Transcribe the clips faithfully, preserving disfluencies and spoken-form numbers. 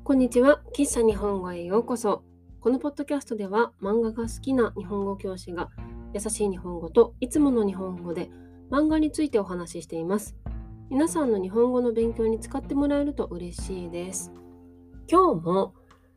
こんにちは。喫茶日本語へようこそ。このポッドキャストでは漫画が好きな日本語教師が優しい日本語といつもの日本語で漫画についてお話ししています。皆さんの日本語の勉強に使ってもらえると嬉しいです。今日も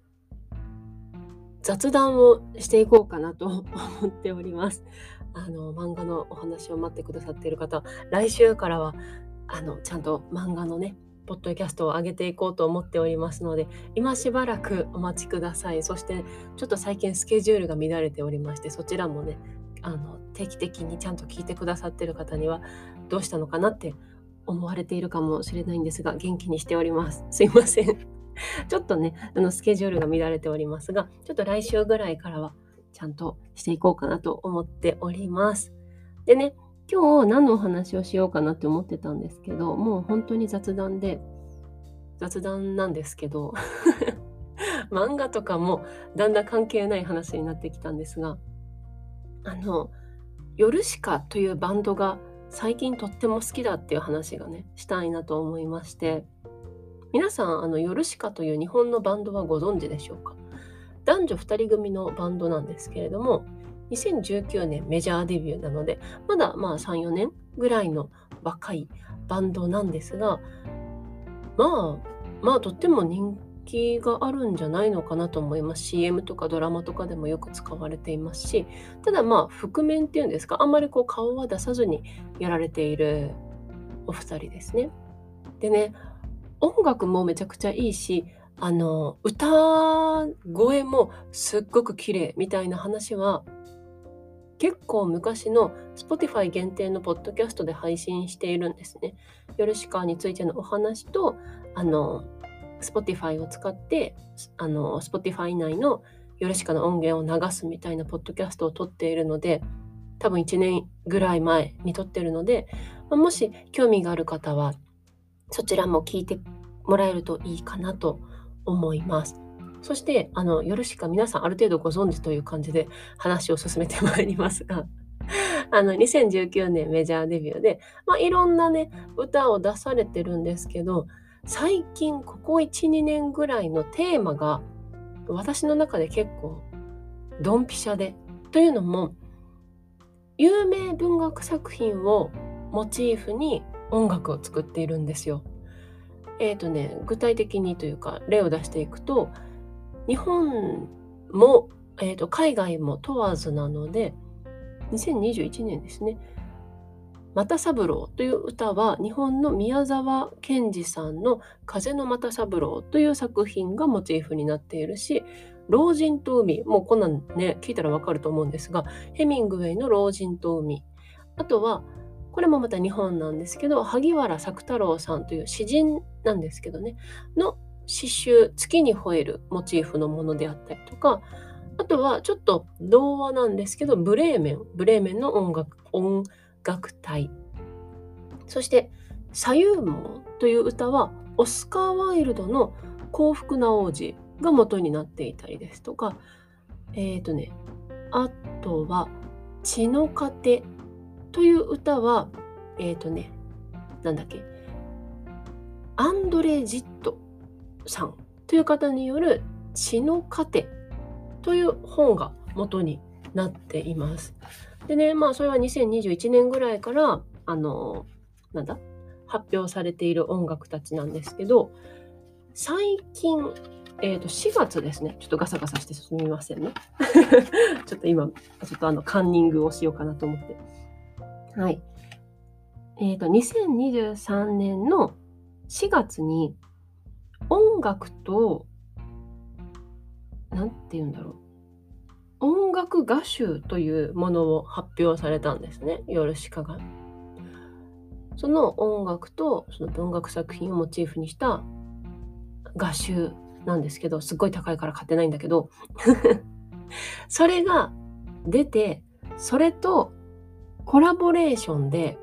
雑談をしていこうかなと思っております。あの漫画のお話を待ってくださっている方、来週からはあのちゃんと漫画のねポッドキャストを上げていこうと思っておりますので、今しばらくお待ちください。そしてちょっと最近スケジュールが乱れておりまして、そちらもねあの定期的にちゃんと聞いてくださっている方にはどうしたのかなって思われているかもしれないんですが、元気にしております。すいません。ちょっとねあのスケジュールが乱れておりますが、ちょっと来週ぐらいからはちゃんとしていこうかなと思っております。でね、今日何のお話をしようかなって思ってたんですけど、もう本当に雑談で雑談なんですけど漫画とかもだんだん関係ない話になってきたんですが、あのヨルシカというバンドが最近とっても好きだっていう話がねしたいなと思いまして、皆さんあのヨルシカという日本のバンドはご存知でしょうか。男女ふたり組のバンドなんですけれども、にせんじゅうきゅうねんメジャーデビューなので、まだまあさん、よねんぐらいの若いバンドなんですが、まあまあとっても人気があるんじゃないのかなと思います。 シーエム とかドラマとかでもよく使われていますし、ただまあ覆面っていうんですか、あんまりこう顔は出さずにやられているお二人ですね。でね、音楽もめちゃくちゃいいし、あの歌声もすっごく綺麗みたいな話は結構昔の Spotify 限定のポッドキャストで配信しているんですね。ヨルシカについてのお話と、あの Spotify を使ってあの Spotify 内のヨルシカの音源を流すみたいなポッドキャストを撮っているので、多分いちねんぐらい前に撮ってるので、もし興味がある方はそちらも聞いてもらえるといいかなと思います。そしてあのヨルシカ皆さんある程度ご存知という感じで話を進めてまいりますが、あのにせんじゅうきゅうねんメジャーデビューで、まあ、いろんなね歌を出されてるんですけど、最近ここいち、にねんぐらいのテーマが私の中で結構ドンピシャで、というのも有名文学作品をモチーフに音楽を作っているんですよ。えーとね、具体的にというか例を出していくと、日本も、えーと海外も問わずなので、にせんにじゅういちねんですね、又三郎という歌は日本の宮沢賢治さんの風の又三郎という作品がモチーフになっているし、老人と海、もうこんなんね聞いたらわかると思うんですが、ヘミングウェイの老人と海、あとはこれもまた日本なんですけど、萩原作太郎さんという詩人なんですけどねの詩集月に吠えるモチーフのものであったりとか、あとはちょっと童話なんですけど、ブレーメンブレーメンの音楽音楽隊、そして左右網という歌はオスカー・ワイルドの幸福な王子が元になっていたりですとか、えっ、ー、とねあとは血の糧という歌はえっ、ー、とねなんだっけアンドレ・ジットさんという方による血の糧という本が元になっています。でね、まあそれはにせんにじゅういちねんぐらいからあのなんだ発表されている音楽たちなんですけど、最近、えーとしがつですね、ちょっとガサガサしてすみませんねちょっと今ちょっとあのカンニングをしようかなと思って、はい、えーとにせんにじゅうさんねんのしがつに音楽となんて言うんだろう音楽画集というものを発表されたんですね、ヨルシカが。その音楽とその文学作品をモチーフにした画集なんですけど、すっごい高いから買ってないんだけどそれが出て、それとコラボレーションで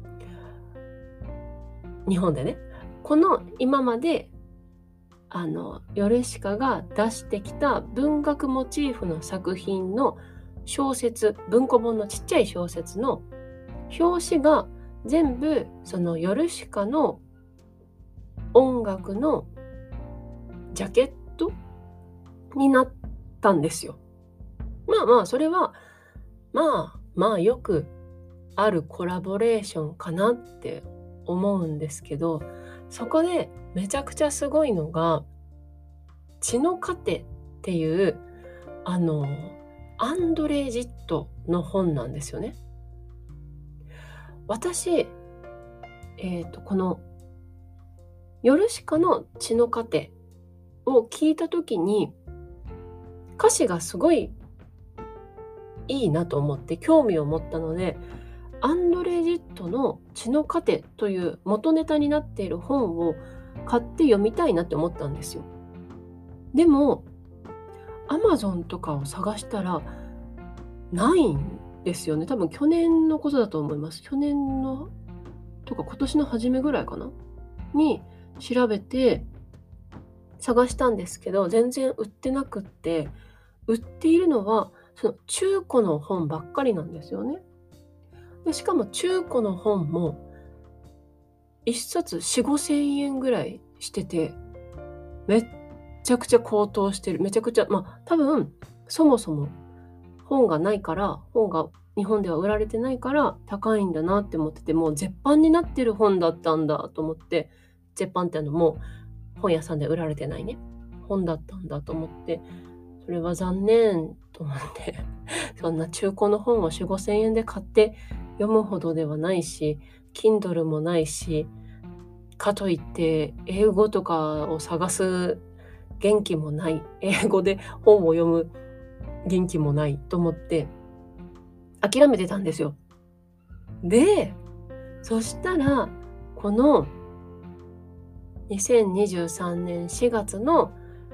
日本でね、この今まであのヨルシカが出してきた文学モチーフの作品の小説、文庫本のちっちゃい小説の表紙が全部そのヨルシカの音楽のジャケットになったんですよ。まあまあそれはまあまあよくあるコラボレーションかなって思うんですけど、そこでめちゃくちゃすごいのが血の糧っていうあのアンドレ・ジットの本なんですよね。私、えーと、このヨルシカの血の糧を聞いた時に歌詞がすごいいいなと思って興味を持ったので、アンドレ・ジットの血の糧という元ネタになっている本を買って読みたいなって思ったんですよ。でも Amazon とかを探したらないんですよね。多分去年のことだと思います。去年のとか今年の初めぐらいかなに調べて探したんですけど、全然売ってなくって、売っているのはその中古の本ばっかりなんですよね。でしかも中古の本もいっさつよん、ごせんえんぐらいしてて、めっちゃくちゃ高騰してる。めちゃくちゃ、まあ多分そもそも本がないから、本が日本では売られてないから高いんだなって思ってて、もう絶版になってる本だったんだと思って、絶版ってあのもう本屋さんで売られてないね、本だったんだと思って、それは残念と思ってそんな中古の本をよん、ごせんえんで買って読むほどではないし、Kindle もないし、かといって英語とかを探す元気もない、英語で本を読む元気もないと思って諦めてたんですよ。で、そしたらこのにせんにじゅうさんねんしがつの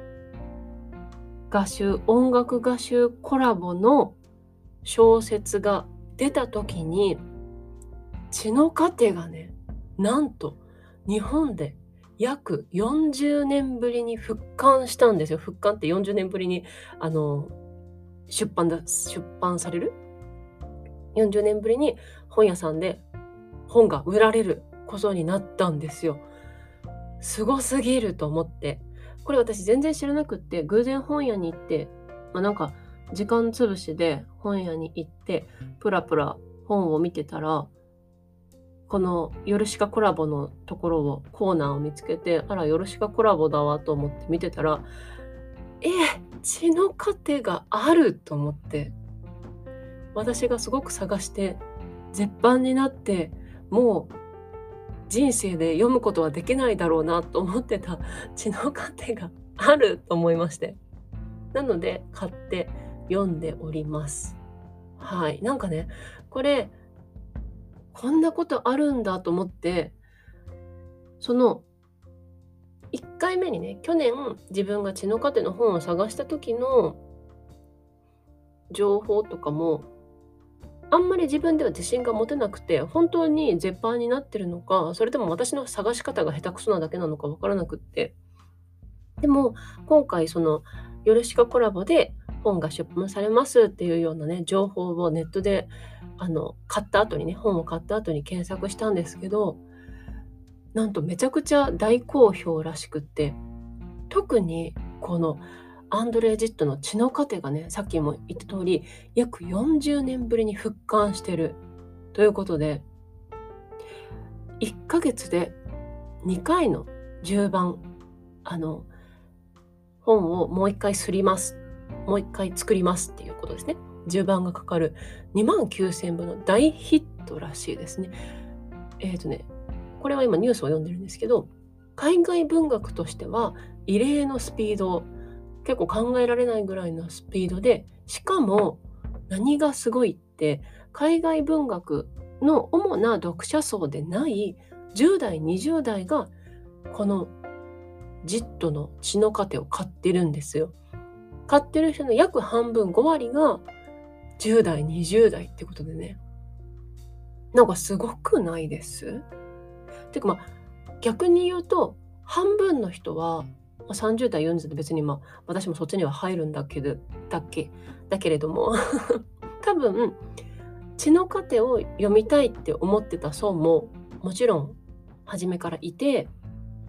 画集、音楽画集コラボの小説が出た時に、血の糧がね、なんと日本で約よんじゅうねんぶりに復刊したんですよ。復刊ってよんじゅうねんぶりにあの出版だ出版されるよんじゅうねんぶりに本屋さんで本が売られることになったんですよ。すごすぎると思って。これ私全然知らなくって、偶然本屋に行って、まあ、なんか時間つぶしで本屋に行ってプラプラ本を見てたら、このヨルシカコラボのところをコーナーを見つけて、あらヨルシカコラボだわと思って見てたら、え血の糧があると思って、私がすごく探して絶版になってもう人生で読むことはできないだろうなと思ってた血の糧があると思いまして、なので買って読んでおります。はい、なんかね、これこんなことあるんだと思って、そのいっかいめにね、去年自分が血の糧の本を探した時の情報とかもあんまり自分では自信が持てなくて、本当に絶版になってるのか、それとも私の探し方が下手くそなだけなのかわからなくって。でも今回そのヨルシカコラボで本が出版されますっていうようなね、情報をネットであの買った後にね、本を買った後に検索したんですけど、なんとめちゃくちゃ大好評らしくって、特にこのアンドレ・ジットの血の糧がね、さっきも言った通り約よんじゅうねんぶりに復刊してるということで、いっかげつでにかいの重版、あの本をもう一回すります、もう一回作りますっていうことですね。重版がかかるにまんきゅうせんぶの大ヒットらしいですね。えっとね、これは今ニュースを読んでるんですけど、海外文学としては異例のスピード、結構考えられないぐらいのスピードで、しかも何がすごいって、海外文学の主な読者層でないじゅう代にじゅう代がこのジットの血の糧を買ってるんですよ。買ってる人の約半分、ごわりがじゅう代にじゅう代ってことでね、なんかすごくないです？てかまあ逆に言うと、半分の人はさんじゅう代よんじゅう代で別にまあ私もそっちには入るんだけどだけだけれども多分血の糧を読みたいって思ってた層ももちろん初めからいて、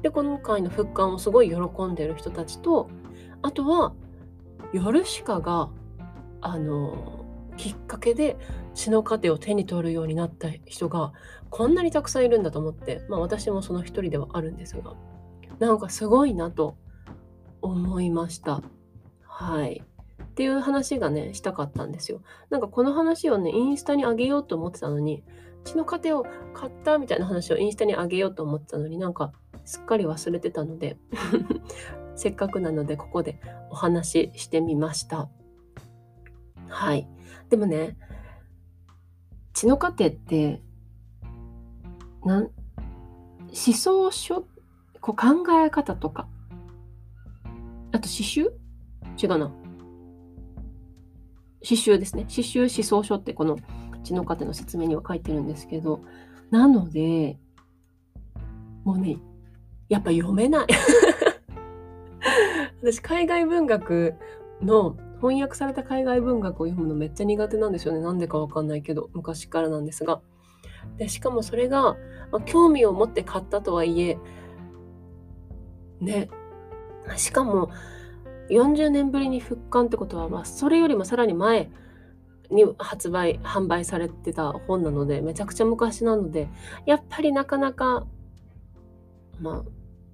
で、今回の復刊をすごい喜んでる人たちと、あとはヨルシカがあのきっかけで血の糧を手に取るようになった人がこんなにたくさんいるんだと思って、まあ私もその一人ではあるんですが、なんかすごいなと思いました。はい。っていう話がね、したかったんですよ。なんかこの話をね、インスタに上げようと思ってたのに、血の糧を買ったみたいな話をインスタに上げようと思ってたのに、なんかすっかり忘れてたので、せっかくなのでここでお話ししてみました。はい。でもね、血の糧って、なん思想書、こう考え方とか、あと詩集違うな。詩集ですね。詩集思想書ってこの血の糧の説明には書いてるんですけど、なので、もうね、やっぱ読めない。私、海外文学の翻訳された海外文学を読むのめっちゃ苦手なんですよね。なんでかわかんないけど、昔からなんですが。で、しかもそれが、まあ、興味を持って買ったとはいえ、ね、しかもよんじゅうねんぶりに復刊ってことは、まあ、それよりもさらに前に発売、販売されてた本なので、めちゃくちゃ昔なので、やっぱりなかなか、まあ、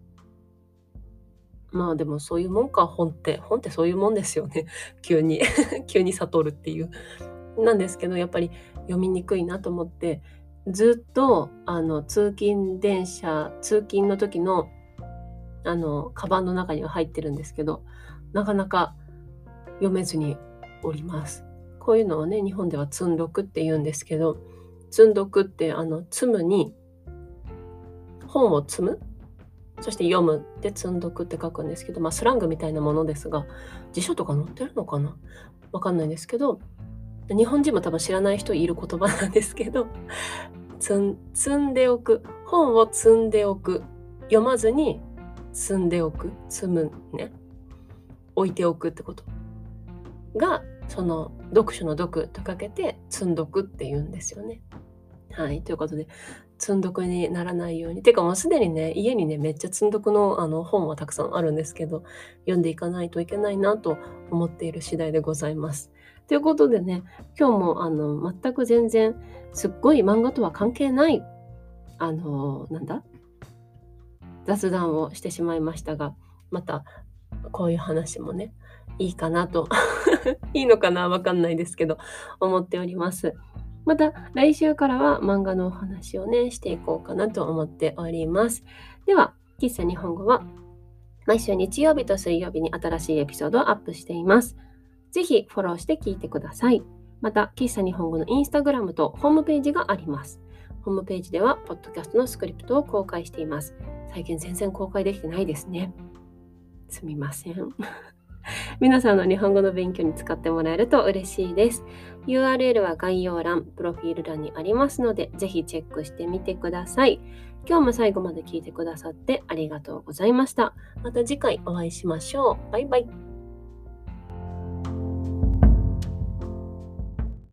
まあでもそういうもんか、本って。本ってそういうもんですよね。急に、急に悟るっていう。なんですけど、やっぱり読みにくいなと思って、ずっと、あの、通勤電車、通勤の時の、あの、カバンの中には入ってるんですけど、なかなか読めずにおります。こういうのをね、日本では積読って言うんですけど、積読って、あの、積むに、本を積むそして読むで積んどくって書くんですけど、まあスラングみたいなものですが、辞書とか載ってるのかなわかんないんですけど、日本人も多分知らない人いる言葉なんですけど、積ん積んでおく。本を積んでおく。読まずに積んでおく。積むね。置いておくってことが、その読書の読とかけて積んどくって言うんですよね。はい。ということで、積んどくにならないように。てかもうすでにね、家にね、めっちゃ積んどくのあの本はたくさんあるんですけど、読んでいかないといけないなと思っている次第でございます。ということでね、今日もあの全く全然すっごい漫画とは関係ない、あの、なんだ雑談をしてしまいましたが、またこういう話もね、いいかなと、いいのかなわかんないですけど、思っております。また来週からは漫画のお話をね、していこうかなと思っております。では、喫茶日本語は毎週日曜日と水曜日に新しいエピソードをアップしています。ぜひフォローして聞いてください。また、喫茶日本語のインスタグラムとホームページがあります。ホームページでは、ポッドキャストのスクリプトを公開しています。最近全然公開できてないですね。すみません。皆さんの日本語の勉強に使ってもらえると嬉しいです。ユーアールエル は概要欄、プロフィール欄にありますので、ぜひチェックしてみてください。今日も最後まで聞いてくださってありがとうございました。また次回お会いしましょう。バイバイ。